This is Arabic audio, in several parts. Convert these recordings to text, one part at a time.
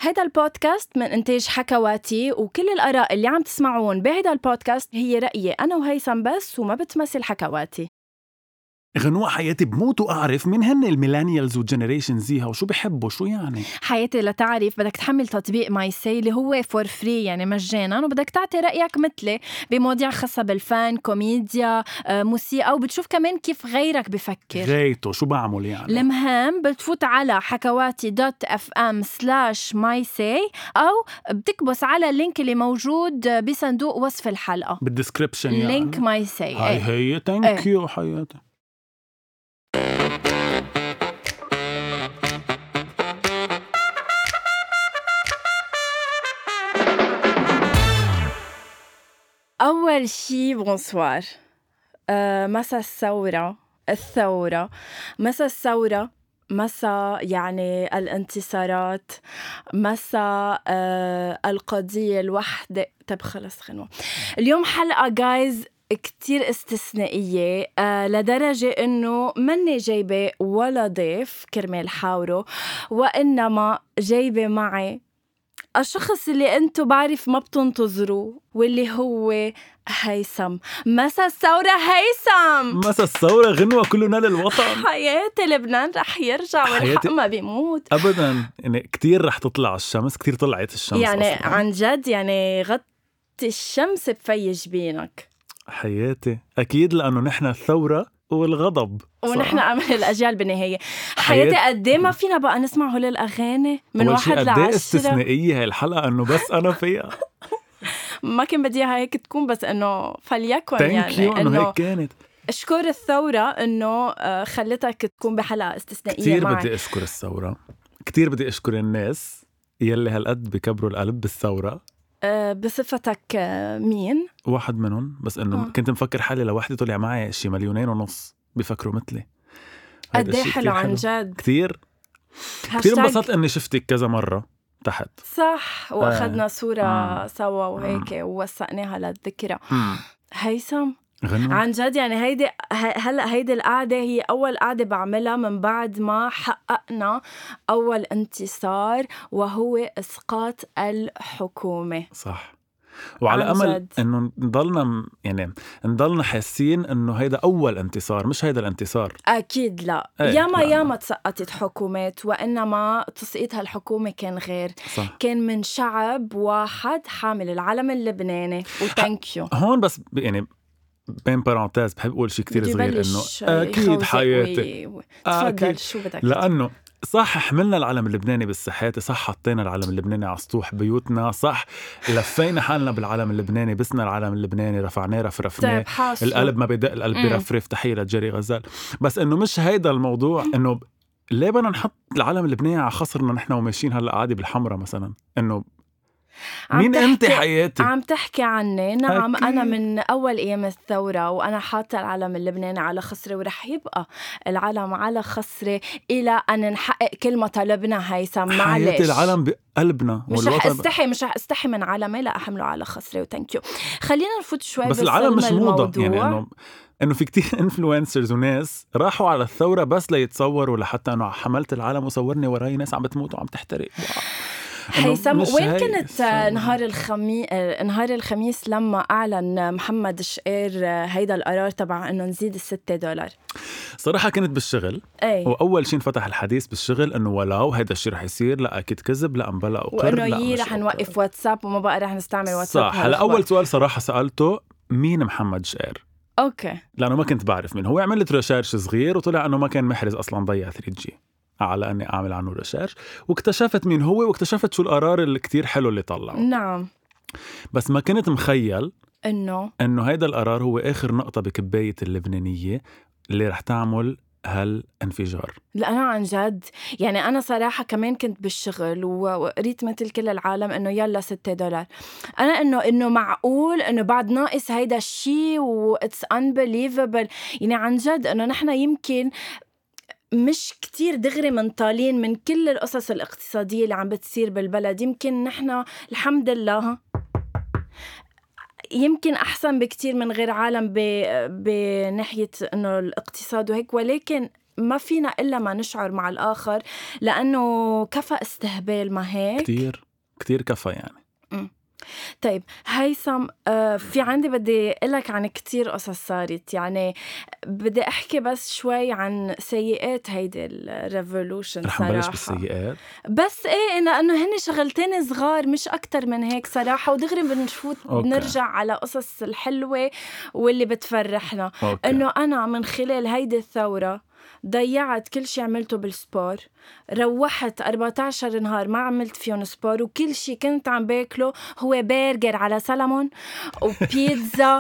هيدا البودكاست من إنتاج حكواتي، وكل الآراء اللي عم تسمعون بهيدا البودكاست هي رأيي أنا وهيثم بس، وما بتمثل حكواتي. غنوة حياتي بموت وأعرف مين هن الميلانيالز والجنريشن زيها وشو بيحبوا شو يعني. حياتي لتعرف بدك تحمل تطبيق ماي ساي اللي هو فور فري يعني مجانا، وبدك تعطي رأيك مثلي بمواضيع خاصة بالفن، كوميديا، موسيقى، وبتشوف كمان كيف غيرك بفكر. غايته شو بعمل يعني. المهم بتفوت على حكواتي.fm/mysay أو بتكبس على اللينك اللي موجود بصندوق وصف الحلقة بالديسكريبشن يعني. لينك ماي ساي. هي تانك يو حياتي. أول شي بونسوار. مسا الثورة مسا الثورة، مسا يعني الانتصارات، مسا القضية الوحدة. طب خلص خلوة اليوم حلقة جايز كتير استثنائية، لدرجة إنه مني جايبة ولا ضيف كرمال حاوره، وإنما جايبة معي الشخص اللي انتو بعرف ما بتنتظروه، واللي هو هيثم. مسا الثورة هيثم. مسا الثورة غنوة كلنا للوطن. حياتي لبنان رح يرجع والحق ما بيموت أبدا. يعني كتير رح تطلع الشمس، كتير طلعت الشمس يعني أصلاً. عن جد يعني غطي الشمس بفي جبينك حياتي أكيد، لأنه نحن الثورة والغضب ونحن أمل الأجيال بالنهاية. حياتي قدي ما فينا بقى نسمع هول الأغاني من 1 ل10. استثنائية هاي الحلقة إنه بس أنا فيها. ما كان بدي هيك تكون، بس إنه فليكن يعني إنه هيك كانت. أشكر الثورة إنه خلتك تكون بحلقة استثنائية كتير معي. بدي أشكر الثورة، كتير بدي أشكر الناس يلي هالقد بكبروا القلب بالثورة. بصفتك مين؟ واحد منهم، بس إنه كنت مفكر حالي لوحدي، طلع معي شي 2.5 مليون بيفكروا مثلي. قدي حلو عن جد. كتير انبسطت إني شفتك كذا مرة تحت. صح، وأخذنا صورة سوا وهيك ووثقناها للذكرى. هيثم عن جد يعني هلأ هيدي القعدة هي أول قعدة بعملها من بعد ما حققنا أول انتصار، وهو إسقاط الحكومة. صح. وعلى أمل إنه نضلنا حاسين إنه هيدا أول انتصار، مش هيدا الانتصار. أكيد لا. ياما تسقطت حكومات، وإنما تسقيط هالحكومة كان غير. صح. كان من شعب واحد حامل العلم اللبناني. وتانكيو هون بس يعني بين بارانتاز بحب أقول شيء كتير صغير، إنه أكيد حياتي تفضل شو بدك. لأنه صح حملنا العلم اللبناني بالساحات، صح حطينا العلم اللبناني على سطوح بيوتنا، صح لفينا حالنا بالعلم اللبناني، بسنا العلم اللبناني، رفعناه رفرفناه. القلب ما بيدق، القلب بيرفرف. تحية لجيري غزال. بس إنه مش هيدا الموضوع، إنه ليه بدنا نحط العلم اللبناني على خصرنا نحن وماشيين هلا عادي بالحمرة مثلا. إنه مين أنت حياتي؟ عم تحكي عني. نعم أكيد. أنا من أول أيام الثورة وأنا حاطة العلم اللبناني على خصري، ورح يبقى العلم على خصري إلى أن نحقق كل مطالبنا. هيثم معلش، حياتي العلم بقلبنا. مش رح استحي من علمي، لا أحمله على خصري. وتانكيو. خلينا نفوت شوي بس العلم مش موضة. يعني إنه في كتير إنفلوينسرز وناس راحوا على الثورة بس ليتصوروا، لحتى أنه حملت العلم وصورني وراي ناس عم بتموت وعم تحترق. هيثم وين كنت نهار الخميس لما أعلن محمد شقير هيدا القرار تبع إنه نزيد $6؟ صراحة كنت بالشغل. وأول شيء فتح الحديث بالشغل إنه ولو هيدا الشيء رح يصير، لا أكيد كذب، لا مبلغ وقر، وإنه رح نوقف واتساب وما بقى رح نستعمل واتساب. صح. هلا أول سؤال صراحة سألته مين محمد شقير؟ أوكي. لأنه ما كنت بعرف مين هو. عملت ريسيرش صغير وطلع أنه ما كان محرز أصلاً ضيع 3G على أني أعمل عنه ريسيرش، واكتشفت مين هو، واكتشفت شو القرار اللي كتير حلو اللي طلعه. نعم. بس ما كنت مخيل إنه هيدا القرار هو آخر نقطة بكباية اللبنانية اللي رح تعمل هالانفجار. لا أنا عن جد يعني أنا صراحة كمان كنت بالشغل وقريت مثل كل العالم إنه يلا $6. أنا إنه معقول إنه بعد ناقص هيدا الشيء وإتس unbelievable. يعني عن جد إنه نحنا يمكن مش كتير دغري منطالين من كل القصص الاقتصادية اللي عم بتصير بالبلد. يمكن نحنا الحمد لله يمكن أحسن بكتير من غير عالم بناحية إنه الاقتصاد وهيك، ولكن ما فينا إلا ما نشعر مع الآخر، لأنه كفى استهبال، ما هيك؟ كتير كتير كفى يعني. طيب هيثم، في عندي بدي أقولك عن كتير قصص صارت، يعني بدي أحكي بس شوي عن سيئات هيدي الريفولوشن. رح نبلش بالسيئات بس إيه، إنه هن شغلتين صغار مش أكتر من هيك صراحة، ودغري بنشوف بنرجع على قصص الحلوة واللي بتفرحنا. إنه أنا من خلال هيدي الثورة ضيعت كل شي عملته بالسبور، روحت 14 نهار ما عملت فيهم سبور، وكل شي كنت عم باكله هو برجر على سلمون وبيتزا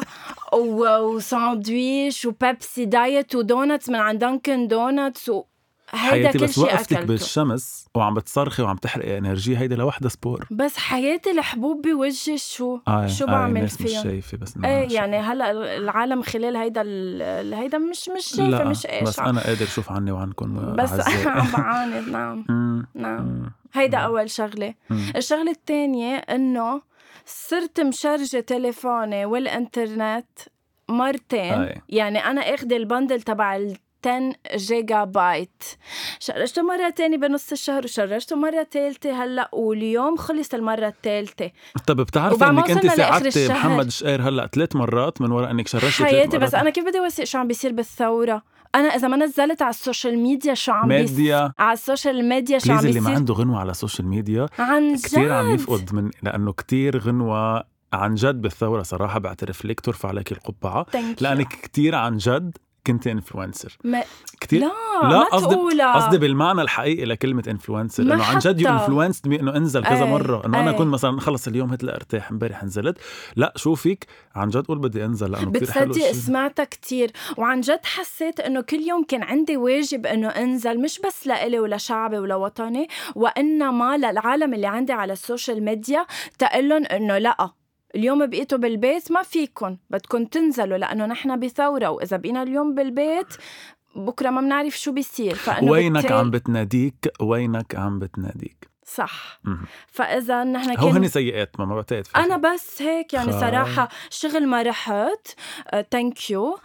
وساندويش وبيبسي دايت ودونتس من عند دانكن دونتس حياتي بس وقفتك بالشمس وعم بتصرخي وعم تحرقي انرجي، هيدا لوحدة سبور. بس حياتي الحبوب بوجهي شو بعمل فيهم؟ شايفة بس يعني هلا العالم خلال هيدا مش شايفة، مش ايش، بس انا قادر اشوف عني وعنكم بس عم بعاند. نعم. هيدا اول شغلة. الشغلة الثانية انه صرت مشارجة تليفوني والانترنت مرتين. يعني انا اخذ البندل تبع 10 جيجا بايت، شرجته مرة تاني بنص الشهر وشرجته مرة ثالثة هلأ، واليوم خلص المرة الثالثة. طب بتعرفي انك انت ساعدتي محمد شقير هلأ 3 مرات من وراء انك شرجتي 3 مرات؟ بس انا كيف بدي اوثق شو عم بيصير بالثورة؟ انا اذا ما نزلت على السوشيال ميديا شو عم بيصير على السوشيال ميديا، شو عم بيصير؟ اللي ما عنده غنوة على السوشيال ميديا عن كتير عم يفقد من، لانه كتير غنوة عن جد بالثورة صراحة. بعترف لك، ترفع عليك القبعة، لانك كتير عن جد كنت انفلونسر كتير. لا قصدي بالمعنى الحقيقي لكلمة انفلونسر، انه عن جد انفلونسد انه انزل كذا مرة. انه انا كنت مثلا خلص اليوم هتلا ارتاح، امبارح نزلت، لا شو فيك عن جد قول بدي انزل، لانه كتير حلو. بتصدق سمعتها كتير، وعن جد حسيت انه كل يوم كان عندي واجب انه انزل، مش بس لإلي ولا شعبي ولا وطني، وانما للعالم اللي عندي على السوشيال ميديا، تقلن انه لا، اليوم بقيتوا بالبيت ما فيكن، بدكن تنزلوا، لأنه نحن بثورة، وإذا بقينا اليوم بالبيت بكرة ما بنعرف شو بيصير. وينك عم بتناديك، وينك عم بتناديك، صح. فإذا نحن هو هني سيئات ما بعتقد فيه. أنا بس هيك يعني صراحة شغل ما رحت thank you.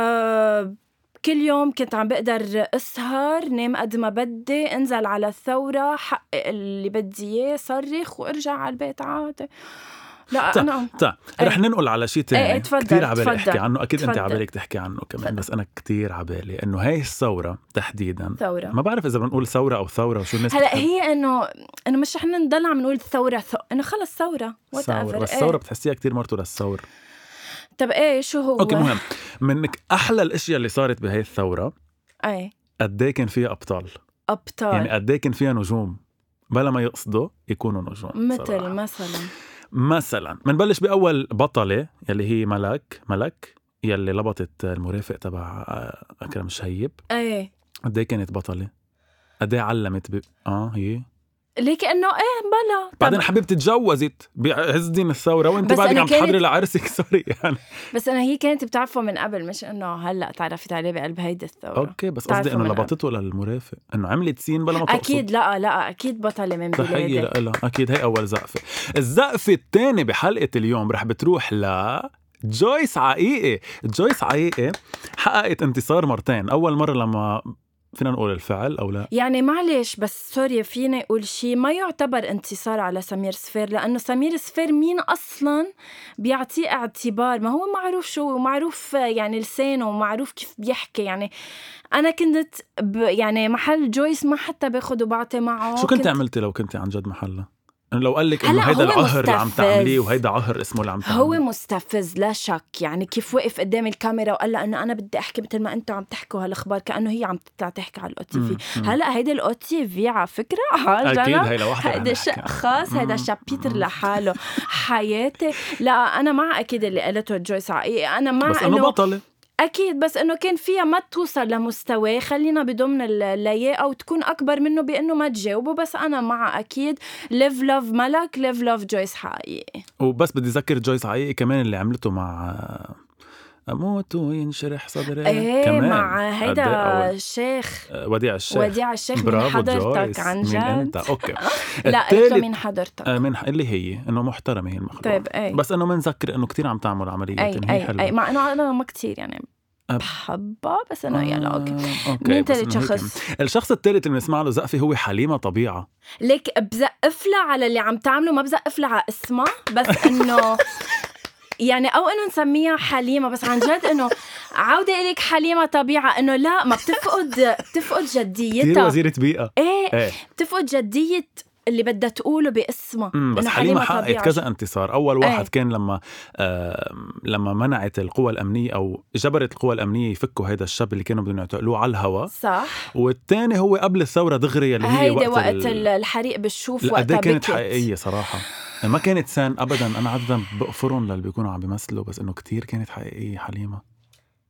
كل يوم كنت عم بقدر أسهر، نام قد ما بدي، انزل على الثورة، حقق اللي بدي إياه، صرخ وارجع على البيت عادي. لا أنا رح ننقل على شيء تاني كتير عبالي أحكي عنه، أكيد أنت عبالك تحكي عنه كمان. بس أنا كتير عبالي إنه هاي الثورة تحديدا، ثورة. ما بعرف إذا بنقول ثورة أو ثورة وشو الناس هلأ هي إنه مش رح نضل عم نقول ثورة إنه خلص ثورة بس الثورة بتحسيها كتير مرتو للثور. طب شو هو؟ أوكي مهم، منك أحلى الأشياء اللي صارت بهاي الثورة قديه كان فيها أبطال، يعني قديه كان فيها نجوم بلا ما يقصدوا يكونوا نجوم. مثلا منبلش بأول بطلة يلي هي ملك يلي لبطت المرافق تبع أكرم الشهيب. قديه كانت بطلة، قديه علمت هي ليك انه بلا. بعدين حبيبتي تجوزت بعز دين الثوره وانت بعدك عم تحضري لعرسك سوري يعني. بس انا هي كانت بتعرفه من قبل، مش انه هلا تعرفت عليه بقلب هيدي الثوره. اوكي بس قصدي انه لبطته للمرافق، انه عملت سين بلا ما تقصد. اكيد لا اكيد بطله من بلادي. تحيه لا اكيد. هي اول زقفه. الزقفه الثانيه بحلقه اليوم رح بتروح جويس عقيقي. جويس عقيقي حققت انتصار مرتين. اول مره لما فينا نقول الفعل أو لا، يعني معلش بس سوري فينا نقول شيء ما يعتبر انتصار على سمير سفير، لأنه سمير سفير مين أصلاً بيعطيه اعتبار؟ ما هو معروف شو معروف، يعني لسانه ومعروف كيف بيحكي. يعني أنا كنت يعني محل جويس ما حتى باخد وبعطي معه. شو كنت عملتي لو كنت عن جد محله؟ لو قال لك انه هيدا العهر اللي عم تعمليه وهيدا عهر اسمه اللي عم تعمليه، هو مستفز لا شك. يعني كيف وقف قدام الكاميرا وقال لها انه انا بدي احكي مثل ما انتم عم تحكوا هالاخبار، كانه هي عم تطلع تحكي على الأوتيفي. هلا هيدا الأوتيفي على فكره اكيد هي لوحدها، هيدا شيء خاص، هيدا شابيتر لحاله. حياتي لا انا مع اكيد اللي قالته جويس عقيقي، انا مع بس انه بطله أكيد، بس إنه كان فيها ما توصل لمستوى، خلينا بضمن اللياقة أو تكون أكبر منه بإنه ما تجاوبه. بس أنا مع أكيد live love ملك live love جويس حقيقي. وبس بدي أذكر جويس حقيقي كمان اللي عملته مع أموت وينشرح صدري كمان مع هيدا الشيخ وديع الشيخ من حضرتك عن جد. انت اوكي لا قلت من حضرتك من اللي هي انه محترمه هي المخلوق. طيب بس انه منذكر انه كتير عم تعمل عمليات هي حلوه. مع انه انا ما كتير يعني بحبها بس انه يلا اوكي. مين تالت شخص؟ الشخص الثالث اللي بنسمع له زقفه هو حليمة طبيعة. ليك بزقف لها على اللي عم تعمله، ما بزقف لها على اسمها، بس انه يعني او انه نسميها حليمة، بس عن جد انه عودة إليك حليمة طبيعة، انه لا ما بتفقد جديتها. كتير وزيرة بيئة. ايه بتفقد جدية اللي بدها تقوله باسمها. بس حليمة حققت كذا انتصار. أول واحد كان لما منعت القوى الأمنية أو جبرت القوى الأمنية يفكوا هيدا الشاب اللي كانوا بدهم يعتقلوه على الهواء. صح. والتاني هو قبل الثورة دغري اللي هي وقت الحريق بالشوف. وقتها كانت حقيقية صراحة، ما كانت سان أبدا. أنا عادة بقفرهم للي بيكونوا عم بيمثلوا، بس إنه كتير كانت حقيقية حليمة.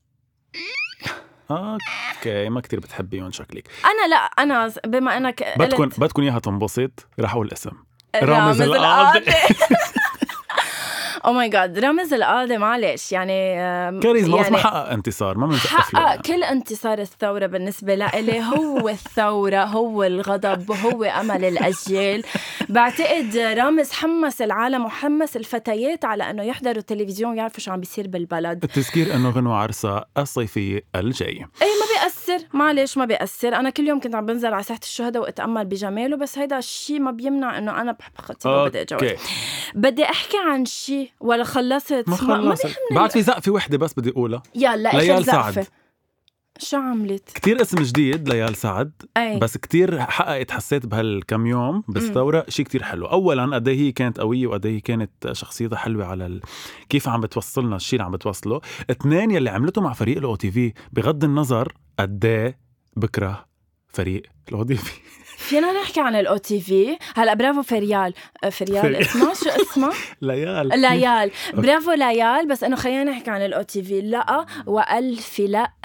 اوكي ما كتير بتحبيهم شكلك. انا بما انك بدكن اياها تنبسط، رح اقول اسم رامز القاضي. او ماي جاد، رامز القاضي معلش يعني كاريزما، بس ما حقق انتصار، ما بنسقف له. حقق كل انتصار الثوره بالنسبه لإلي. هو الثوره، هو الغضب، هو امل الاجيال. بعتقد رامز حمس العالم وحمس الفتيات على انه يحضروا التلفزيون ويعرفوا شو عم بيصير بالبلد. التذكير انه غنوة عرسها الصيفية الجاي. اي ما بيأثر، معلش ما بيأثر. انا كل يوم كنت عم بنزل على ساحه الشهداء واتامل بجماله، بس هيدا الشيء ما بيمنع انه انا بحب خطيبي وبدي اتجوز. بدي احكي عن شيء ولا خلصت؟ ما خلصت. بعد في زقفة وحدة بس بدي أقولها. يلا ليال سعد. شو عملت؟ كتير اسم جديد ليال سعد. بس كتير حققت، حسيت بهالكم يوم بالثورة شيء كتير حلو. أولا قد هي كانت قوية وقد هي كانت شخصيتها حلوة على كيف عم بتوصلنا الشيء اللي عم بتوصله. اثنين يلي عملته مع فريق الأوتيفي، بغض النظر قد بكره فريق الأوتيفي. فينا نحكي عن الأوتيفي هلا. برافو فريال اسمها شو اسمها؟ ليال. برافو ليال. بس انه خلينا نحكي عن الأوتيفي. لا وألف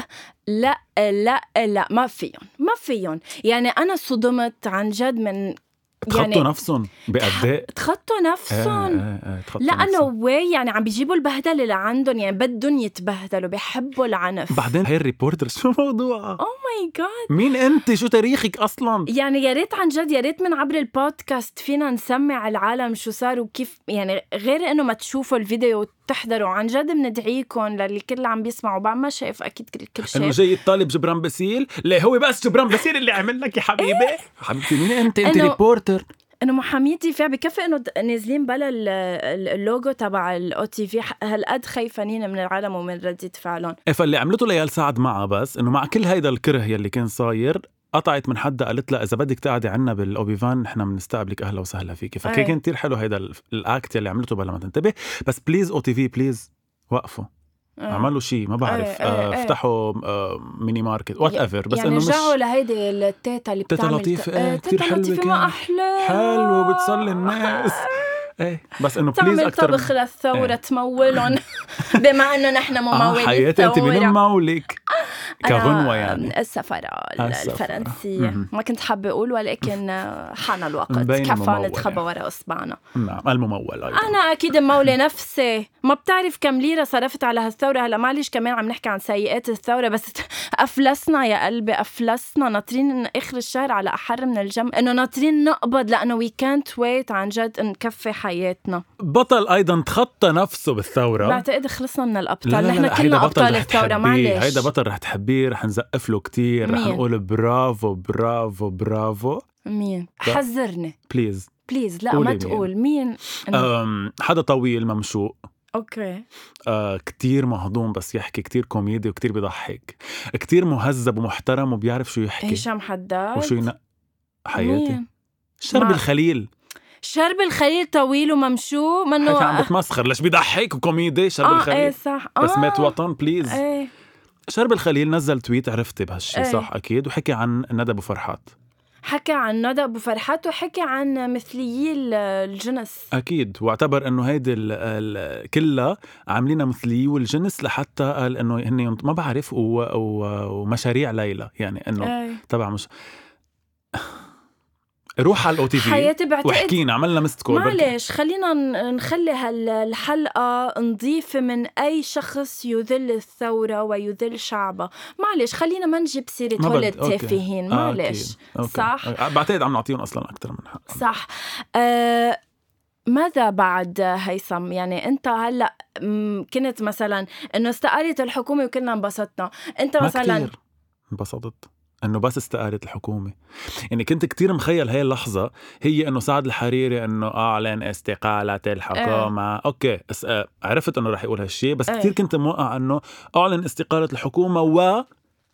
لا ما فيهم يعني. انا صدمت عن جد من تخطوا نفسهم بأداء. تخطوا نفسهم. لأنه يعني عم بيجيبوا البهدلة اللي عندهم، يعني بدهم يتبهدلوا، بيحبوا العنف. بعدين هاي الريبورتر شو موضوعها؟ أوه ماي جاد، مين أنت؟ شو تاريخك أصلا؟ يعني يا ريت عن جد، يا ريت من عبر البودكاست فينا نسمع العالم شو صار وكيف، يعني غير إنه ما تشوفوا الفيديو وتحضروا. عن جد بندعيكم للي كل عم بيسمعوا. بعد ما شايف أكيد كل شيء إنه جاي الطالب جبران باسيل. لا هو بس جبران باسيل اللي عمل لك يا حبيبي. حبيبتي مين أنت ريبورتر. انه محاميتي فيها بكفي انه نازلين بلا اللوجو تبع الأوتيفي. هالقد خايفانين من العالم ومن ردة فعلهم. فاللي عملته ليال سعد معها، بس انه مع كل هيدا الكره يلي كان صاير، قطعت من حدا قالت لها اذا بدك تقعدي عنا بالاوبيفان نحن بنستقبلك اهلا وسهلا فيكي. فكان كتير حلو هيدا الاكت يلي عملته بلا ما تنتبه. بس بليز أوتيفي بليز وقفوا. عملوا شيء ما بعرف. افتحوا ميني ماركت وات ايفر. بس يعني انه مش رجعوا لهيدي التيتا اللي بتعمل لطيفة. كتير حلوة. ما احلى حلوة بتصلي الناس. بس انه بليز اكثر طبخ للثورة تمولهم. بما انه نحن ممولين حياتي انت من مولك كغنوة يعني. السفارة الفرنسية. ما كنت حابة اقول ولكن حان الوقت كفى نتخبى وراء اصبعنا. نعم الممول أيضا. انا اكيد مولي نفسي. ما بتعرف كم ليرة صرفت على هالثورة. هلا معلش كمان عم نحكي عن سيئات الثورة، بس افلسنا يا قلبي افلسنا. ناطرين اخر الشهر على احر من الجم، انه ناطرين نقبض لانه وي كانت ويت عن جد نكفي حياتنا. بطل ايضا تخطى نفسه بالثورة. بعتقد خلصنا من الابطال. نحن كلنا ابطال الثورة. معلش هيدا بطل رح تحبيه، رح نزقف له كتير. رح نقول برافو برافو برافو. مين؟ حذرني بليز لا ما تقول مين. حدا طويل ممشوق. اوكي. كتير مهضوم بس يحكي، كتير كوميدي وكتير بيضحك، كتير مهذب ومحترم وبيعرف شو يحكي. هشام حداد وشو حياتي. شرب الخليل طويل وممشوق منه. عم بتمسخر ليش بيضحك وكوميدي. شرب الخليل. ايه صح. بس مات وطن بليز. ايه. شرب الخليل نزل تويت، عرفتي بهالشي صح أكيد، وحكي عن ندى أبو فرحات. حكى عن ندى أبو فرحات وحكي عن مثليي الجنس أكيد، واعتبر أنه هيدي كلها عاملين مثليي الجنس لحتى قال أنه هن ما بعرف ومشاريع ليلى يعني أنه تبع مش روح على الأوتيفي حياتي. وحكينا عملنا مستكول. معلش خلينا نخلي هالحلقة نضيف من أي شخص يذل الثورة ويذل شعبه. معلش خلينا ما نجيب سيرة هول التافهين. معلش صح. بعتقد عم نعطيهم أصلا أكتر من حق. صح. ماذا بعد هيثم؟ يعني أنت هلأ كنت مثلا إنه استقالت الحكومة وكلنا انبسطنا، أنت مثلا ما كتير انبسطت إنه بس استقالت الحكومة. يعني كنت كتير مخيل هاي اللحظة هي إنه سعد الحريري إنه أعلن استقالة الحكومة. أوكي عرفت إنه رح يقول هالشي، بس كتير كنت موقع إنه أعلن استقالة الحكومة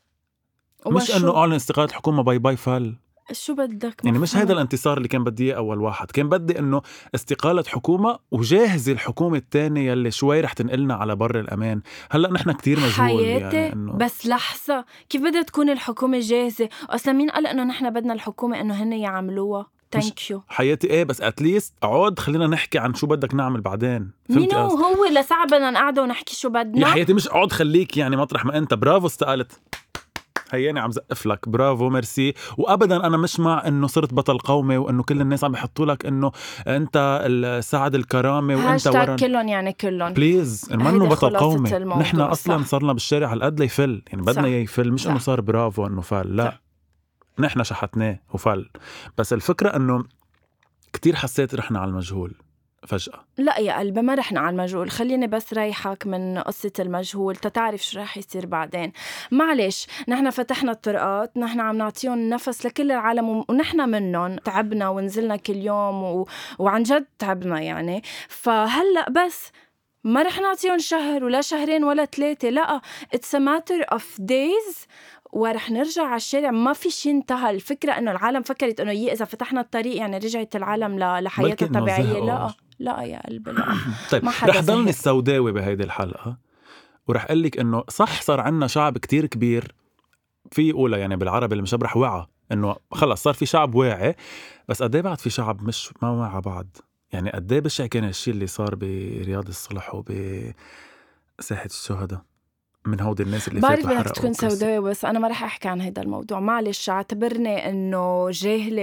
مش إنه أعلن استقالة الحكومة باي باي فال. شو بدك؟ يعني مش هيدا الانتصار اللي كان بدي أول واحد. كان بدي إنه استقالة حكومة وجاهزة الحكومة التانية اللي شوي رح تنقلنا على بر الأمان. هلأ نحن كتير مجهول يعني إنه بس لحظة، كيف بدها تكون الحكومة جاهزة؟ أصلا مين قال إنه نحن بدنا الحكومة إنه هن يعملوها؟ Thank you حياتي بس أتليست عود خلينا نحكي عن شو بدك نعمل بعدين. مين هو لساعة بدنا نقعد ونحكي شو بدنا؟ يا حياتي مش عود خليك يعني مطرح ما أنت. برافو استقالت، هياني عم زقف لك، برافو ميرسي. وابدا انا مش مع انه صرت بطل قومي وانه كل الناس عم يحطوا لك انه انت السعد الكرامه وانت ورا كلهم. يعني كلهم بليز منه بطل قومي. نحن اصلا صح. صرنا بالشارع هالقد ليفل، يعني بدنا يفل، مش انه صار برافو انه فل، لا صح. نحن شحتناه وفل. بس الفكره انه كتير حسيت رحنا على المجهول فجأة. لا يا قلبي ما رحنا على المجهول، خليني بس ريحك من قصة المجهول تتعرف شو رح يصير بعدين. معلش نحن فتحنا الطرقات، نحن عم نعطيهم نفس لكل العالم ونحن منهم تعبنا ونزلنا كل يوم وعن جد تعبنا يعني. فهلأ بس ما رح نعطيهم شهر ولا شهرين ولا 3، لا it's a matter of days ورح نرجع على الشارع. ما في شيء انتهى. الفكرة انه العالم فكرت انه إذا فتحنا الطريق يعني رجعت العالم لحياتها الطبيعية. لا يا قلبي لا. طيب رح ضلني السوداوي بهيدي الحلقة ورح قلك انه صح صار عنا شعب كتير كبير في أولى يعني بالعربي اللي مشبرح وعى انه خلص صار في شعب واعي، بس قديه بعد في شعب مش ما وعى بعد. يعني قديه بشع كان الشيء اللي صار برياض الصلح وبساحة الشهداء من هودي الناس اللي بعرف بدك تكون سوداوي، بس أنا ما رح أحكي عن هيدا الموضوع. معلش اعتبرني إنه جاهلة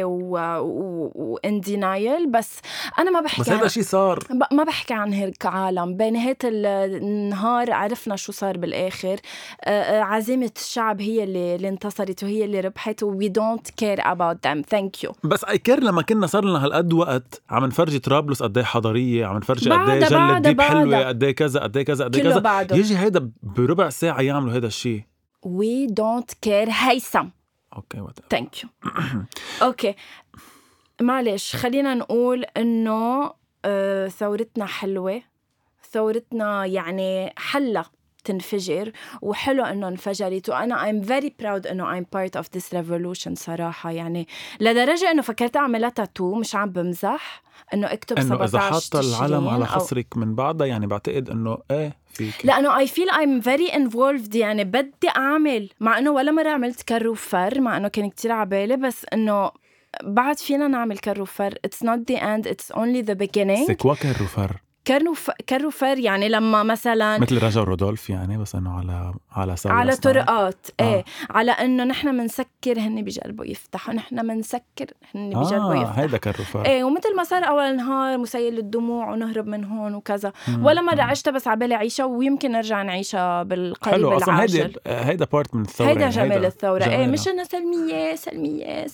واندينايل، بس أنا ما بحكي بس هذا شيء صار. ما بحكي عن هيك عالم. بنهاية النهار عرفنا شو صار بالآخر. عزيمة الشعب هي اللي انتصرت وهي اللي ربحت we don't care about them. thank you. بس I care لما كنا صار لنا هالقد وقت عم نفرجي طرابلس قديه حضارية، عم نفرجي قديه جلة ديب حلوة، قديه كذا قديه كذا قديه كذا، يجي هيدا بربع ساعة يعملوا هيدا الشيء. we don't care هيثم. اوكي thank you. اوكي معلش خلينا نقول انه ثورتنا حلوة، ثورتنا يعني حلة تنفجر وحلو انه انفجرت. وانا I'm very proud انه I'm part of this revolution صراحة. يعني لدرجة انه فكرت اعملها تاتو، مش عم بمزح، انه اكتب 17 إذا حاطة العلم على خصرك من بعدها يعني بعتقد انه فيك. لانه I feel I'm very involved. يعني بدي اعمل، مع انه ولا مرة عملت كر وفر، مع انه كان كتير عبالي، بس انه بعد فينا نعمل كر وفر. it's not the end, it's only the beginning. سكوا كر وفر كروفر يعني لما مثلا مثل رجا رودولف يعني، بس انه على طرقات على انه نحن منسكر هن بيجربوا يفتحوا، نحن منسكر هن بيجربوا يفتحوا. هيدا كروفر. ومثل ما صار اول نهار مسيل الدموع ونهرب من هون وكذا. ولا مرة عشتها بس عبالي عيشها ويمكن نرجع نعيشها بالقريب العاجل. هيدا بارت من الثورة. هيدا جمال الثورة. مش انه سلمية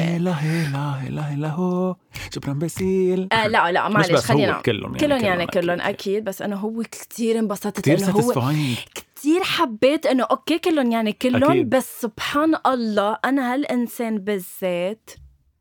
لا هو شبرا بسيل. لا معلش خلينا كلهم يعني كلهم أكيد. بس أنا هو كتير انبسطت إنه هو كتير حبيت إنه أوكي كلهم يعني كلهم أكيد. بس سبحان الله أنا هالإنسان بالذات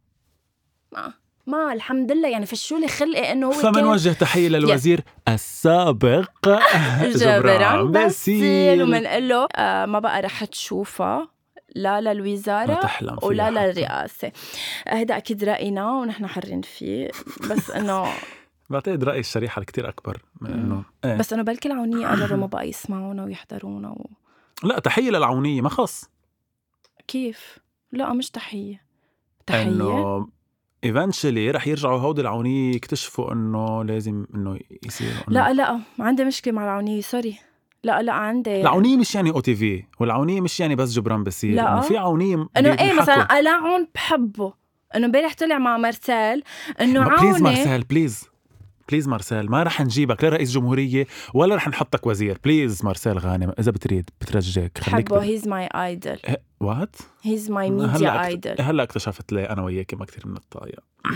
ما الحمد لله يعني فشولي خلقي إنه هو فمن وجه تحية للوزير السابق جبران باسيل ومن قله ما بقى رح تشوفها لا للوزارة ولا للرئاسة. هذا أكيد رأينا ونحن حرين فيه، بس إنه بعتقد رأي الشريحة كتير أكبر من إنه بس إنه بلكي العونية قرروا ما بقى يسمعونا ويحضرونا لا تحية للعونية ما خص. كيف؟ لا مش تحية إنه eventually رح يرجعوا هودي العونية يكتشفوا إنه لازم إنه يصير لا عندي مشكلة مع العونية سوري. لا عندي العونية مش يعني OTV، والعونية مش يعني بس جبران باسيل. إنه في عونية إنه مثلا ألاعون بحبه. إنه امبارح طلع مع مارسيل إنه عوني بليز مارسيل بليز مارسيل ما رح نجيبك لا رئيس جمهورية ولا رح نحطك وزير. بليز مارسيل غانم إذا بتريد بترجيك خليك حبه. he's my idol. what? he's my media idol. هلا اكتشفت ليه أنا وياكي ما كتير من الطاية.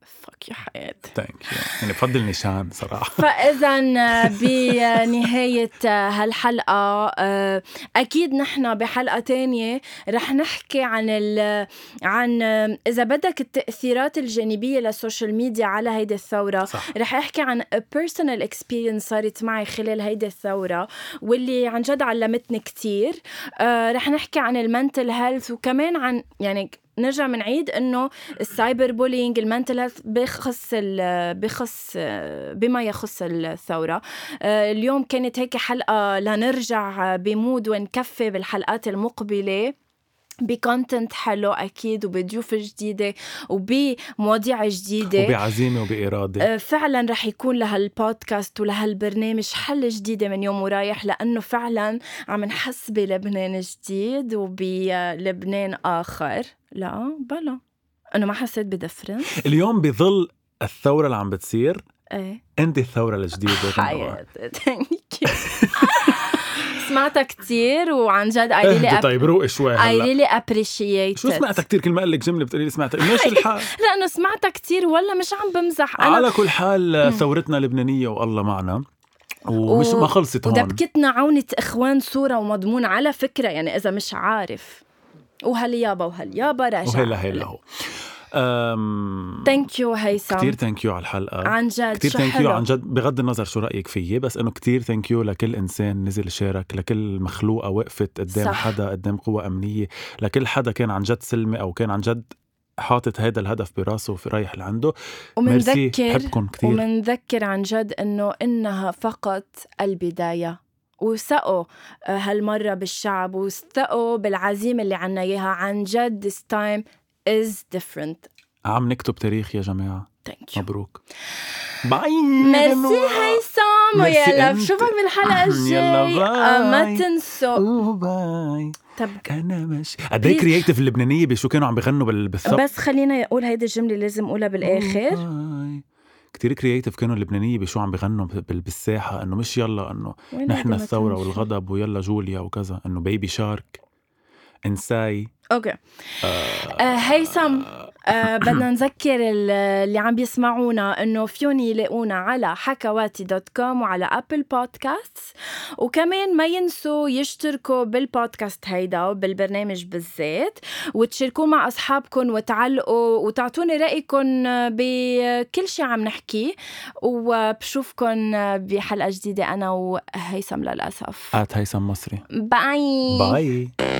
فك يا حياتي. يعني بفضل نيشان صراحة. فإذا بنهاية هالحلقة أكيد نحن بحلقة تانية رح نحكي عن إذا بدك التأثيرات الجانبية للسوشيال ميديا على هيدي الثورة. صح. رح أحكي عن personal experience صارت معي خلال هيدي الثورة واللي عن جد علمتني كتير. رح نحكي عن المنتل هيلث وكمان عن يعني نرجع من عيد إنه السايبر بولينج المنتل هيلث بخص بما يخص الثورة. اليوم كانت هيك حلقة لنرجع بمود ونكفي بالحلقات المقبلة بكونتنت حلو أكيد وبضيوف جديدة وبمواضيع جديدة وبعزيمة وبإرادة. فعلا رح يكون لهالبودكاست ولهالبرنامج حل جديدة من يوم ورايح لأنه فعلا عم نحس بلبنان جديد وبلبنان آخر. لا بلا أنا ما حسيت بدفرنس اليوم بظل الثورة اللي عم بتصير. ايه انت الثورة الجديدة. حياتي سمعتها كتير وعن جد I really طيب روق شوي هلا. I really appreciate شو سمعتها كتير؟ كل ما قال لك جملة بتقولي لي سمعتها ماشي الحال. لأنه سمعتها كتير ولا مش عم بمزح أنا. على كل حال ثورتنا لبنانية والله معنا ومش ما خلصت هون. ودبكتنا عونة إخوان صورة ومضمون على فكرة يعني إذا مش عارف وهاليابا راجع وهلا هو. ثانك يو هيثم كتير ثانك يو على الحلقة عن جد. كتير ثانك يو عن جد بغض النظر شو رأيك فيي بس انه كتير ثانك يو لكل انسان نزل شارك لكل مخلوقة وقفت قدام صح. حدا قدام قوة أمنية لكل حدا كان عن جد سلمي او كان عن جد حاطط هيدا الهدف براسه وفي رايح لعنده. ومنذكر عن جد إنها فقط البداية وثقوا هالمرة بالشعب وثقوا بالعزيمة اللي عنا إياها. عن جد this time is different. عم نكتب تاريخ يا جماعة. مبروك. باي. ميرسي هيثم ويلا بشوفك بالحلقة الجاية. ما تنسوا باي. طب أنا ماشي. قدي كرياتيف اللبنانية بشو كانوا عم بغنوا بالثورة. بس خلينا أقول هيدي الجملة لازم أقولها بالآخر. كتير كرياتيف كانوا اللبنانية بشو عم بغنوا بالساحة إنه مش يلا إنه نحن الثورة والغضب ويلا جوليا وكذا إنه بيبي شارك إنساي. أوكي. هيثم بدنا نذكر اللي عم بيسمعونا إنه فيون يلاقونا على حكواتي.com وعلى أبل بودكاست وكمان ما ينسوا يشتركوا بالبودكاست هيدا وبالبرنامج بالذات وتشاركوا مع أصحابكم وتعلقوا وتعطوني رأيكم بكل شيء عم نحكي وبشوفكم بحلقة جديدة أنا وهيثم للأسف هيثم مصري. باي.